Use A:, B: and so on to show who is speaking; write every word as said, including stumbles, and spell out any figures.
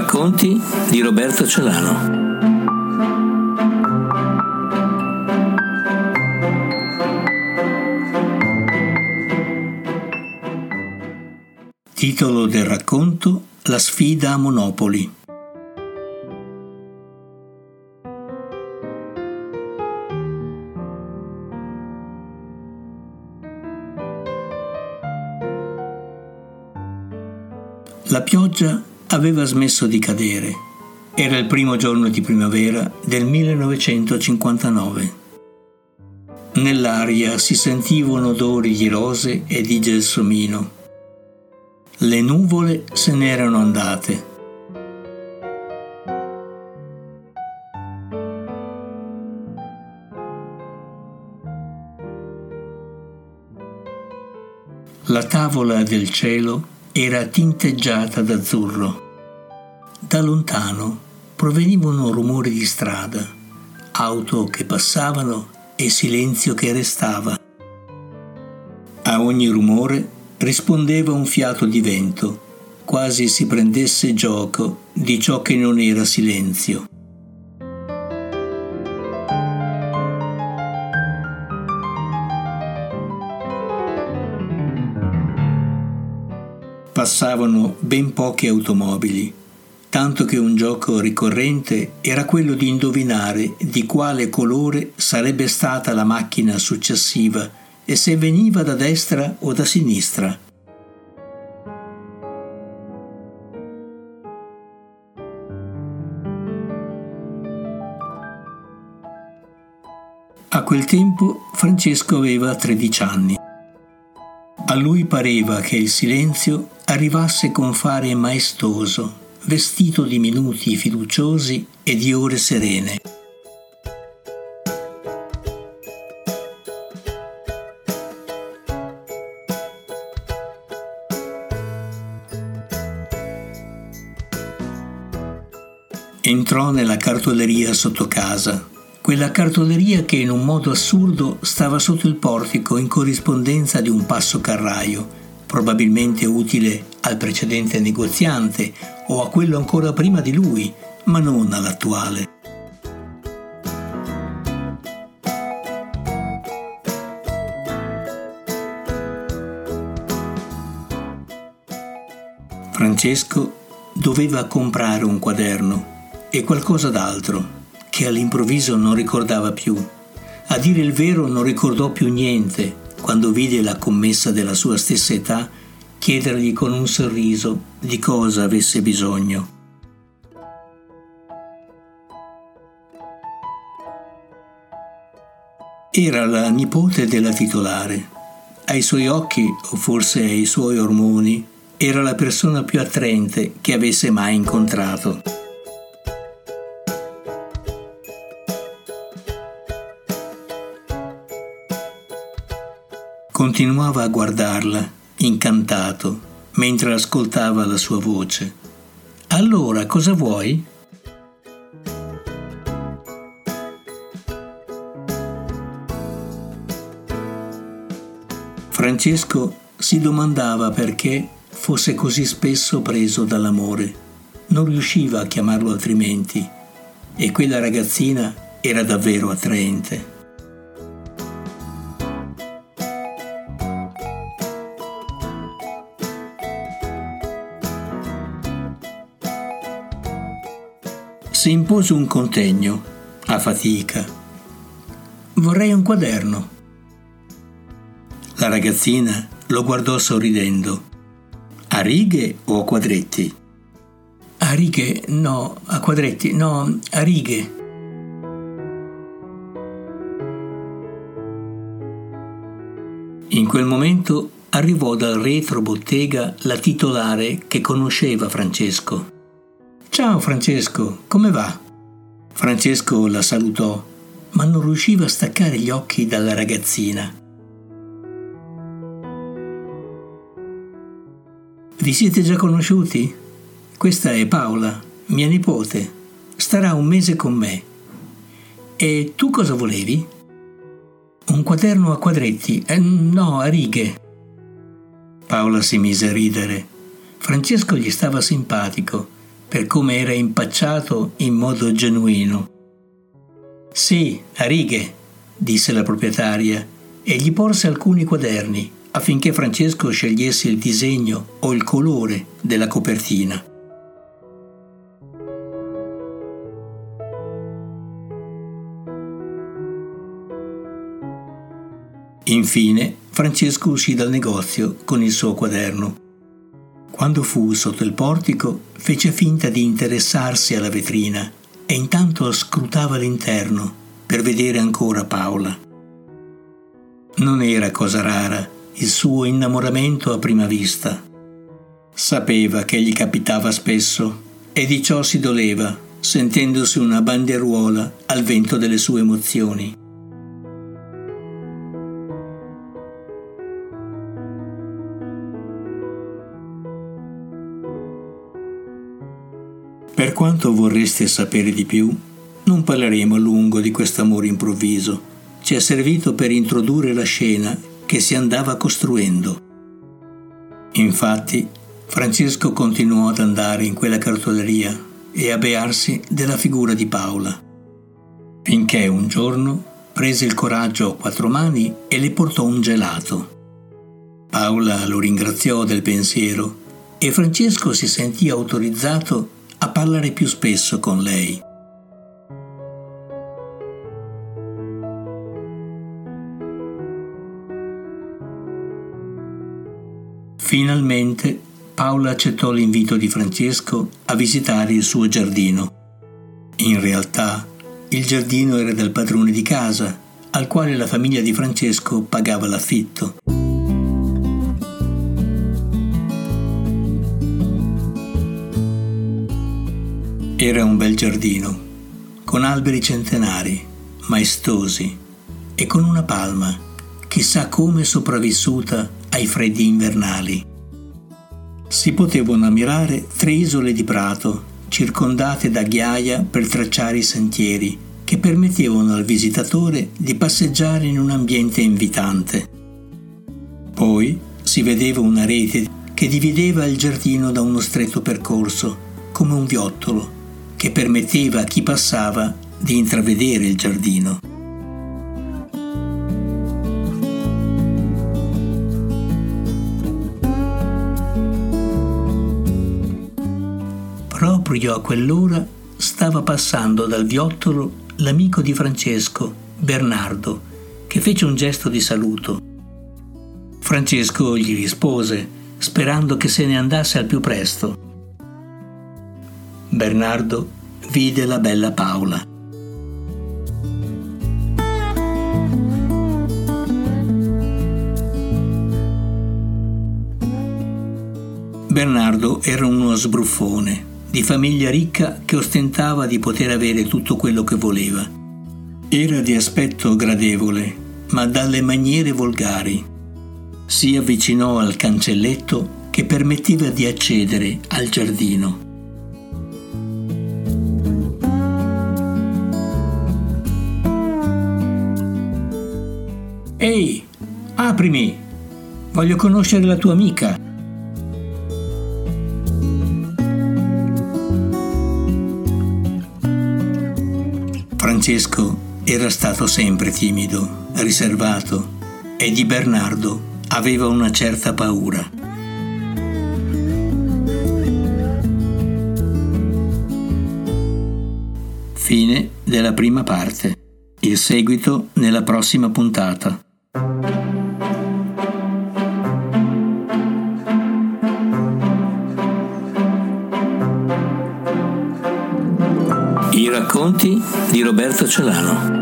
A: Racconti di Roberto Celano. Titolo del racconto: La sfida a Monopoli. La pioggia aveva smesso di cadere. Era il primo giorno di primavera del millenovecentocinquantanove. Nell'aria si sentivano odori di rose e di gelsomino. Le nuvole se n'erano andate. La tavola del cielo era tinteggiata d'azzurro. Da lontano provenivano rumori di strada, auto che passavano e silenzio che restava. A ogni rumore rispondeva un fiato di vento, quasi si prendesse gioco di ciò che non era silenzio. Passavano ben poche automobili, tanto che un gioco ricorrente era quello di indovinare di quale colore sarebbe stata la macchina successiva e se veniva da destra o da sinistra. A quel tempo Francesco aveva tredici anni. A lui pareva che il silenzio arrivasse con fare maestoso, vestito di minuti fiduciosi e di ore serene. Entrò nella cartoleria sotto casa, quella cartoleria che in un modo assurdo stava sotto il portico in corrispondenza di un passocarraio, probabilmente utile al precedente negoziante o a quello ancora prima di lui, ma non all'attuale. Francesco doveva comprare un quaderno e qualcosa d'altro che all'improvviso non ricordava più. A dire il vero non ricordò più niente quando vide la commessa della sua stessa età chiedergli con un sorriso di cosa avesse bisogno. Era la nipote della titolare. Ai suoi occhi, o forse ai suoi ormoni, era la persona più attraente che avesse mai incontrato. Continuava a guardarla, incantato, mentre ascoltava la sua voce. «Allora, cosa vuoi?» Francesco si domandava perché fosse così spesso preso dall'amore. Non riusciva a chiamarlo altrimenti, e quella ragazzina era davvero attraente. Si impose un contegno, a fatica. «Vorrei un quaderno». La ragazzina lo guardò sorridendo. «A righe o a quadretti?» «A righe, no, a quadretti, no, a righe». In quel momento arrivò dal retrobottega la titolare che conosceva Francesco. «Ciao Francesco, come va?» Francesco la salutò, ma non riusciva a staccare gli occhi dalla ragazzina. «Vi siete già conosciuti? Questa è Paola, mia nipote. Starà un mese con me. E tu cosa volevi?» «Un quaderno a quadretti, eh, no, a righe». Paola si mise a ridere. Francesco gli stava simpatico per come era impacciato in modo genuino. «Sì, a righe», disse la proprietaria, e gli porse alcuni quaderni affinché Francesco scegliesse il disegno o il colore della copertina. Infine, Francesco uscì dal negozio con il suo quaderno. Quando fu sotto il portico, fece finta di interessarsi alla vetrina e intanto scrutava l'interno per vedere ancora Paola. Non era cosa rara il suo innamoramento a prima vista. Sapeva che gli capitava spesso e di ciò si doleva, sentendosi una banderuola al vento delle sue emozioni. Per quanto vorreste sapere di più, non parleremo a lungo di quest'amore improvviso. Ci è servito per introdurre la scena che si andava costruendo. Infatti, Francesco continuò ad andare in quella cartoleria e a bearsi della figura di Paola, finché un giorno prese il coraggio a quattro mani e le portò un gelato. Paola lo ringraziò del pensiero e Francesco si sentì autorizzato a parlare più spesso con lei. Finalmente Paola accettò l'invito di Francesco a visitare il suo giardino. In realtà il giardino era del padrone di casa, al quale la famiglia di Francesco pagava l'affitto. Era un bel giardino, con alberi centenari, maestosi, e con una palma, chissà come sopravvissuta ai freddi invernali. Si potevano ammirare tre isole di prato, circondate da ghiaia per tracciare i sentieri, che permettevano al visitatore di passeggiare in un ambiente invitante. Poi si vedeva una rete che divideva il giardino da uno stretto percorso, come un viottolo, che permetteva a chi passava di intravedere il giardino. Proprio a quell'ora stava passando dal viottolo l'amico di Francesco, Bernardo, che fece un gesto di saluto. Francesco gli rispose, sperando che se ne andasse al più presto. Bernardo vide la bella Paola. Bernardo era uno sbruffone, di famiglia ricca che ostentava di poter avere tutto quello che voleva. Era di aspetto gradevole, ma dalle maniere volgari. Si avvicinò al cancelletto che permetteva di accedere al giardino. «Ehi, aprimi! Voglio conoscere la tua amica!» Francesco era stato sempre timido, riservato, e di Bernardo aveva una certa paura. Fine della prima parte. Il seguito nella prossima puntata. I racconti di Roberto Celano.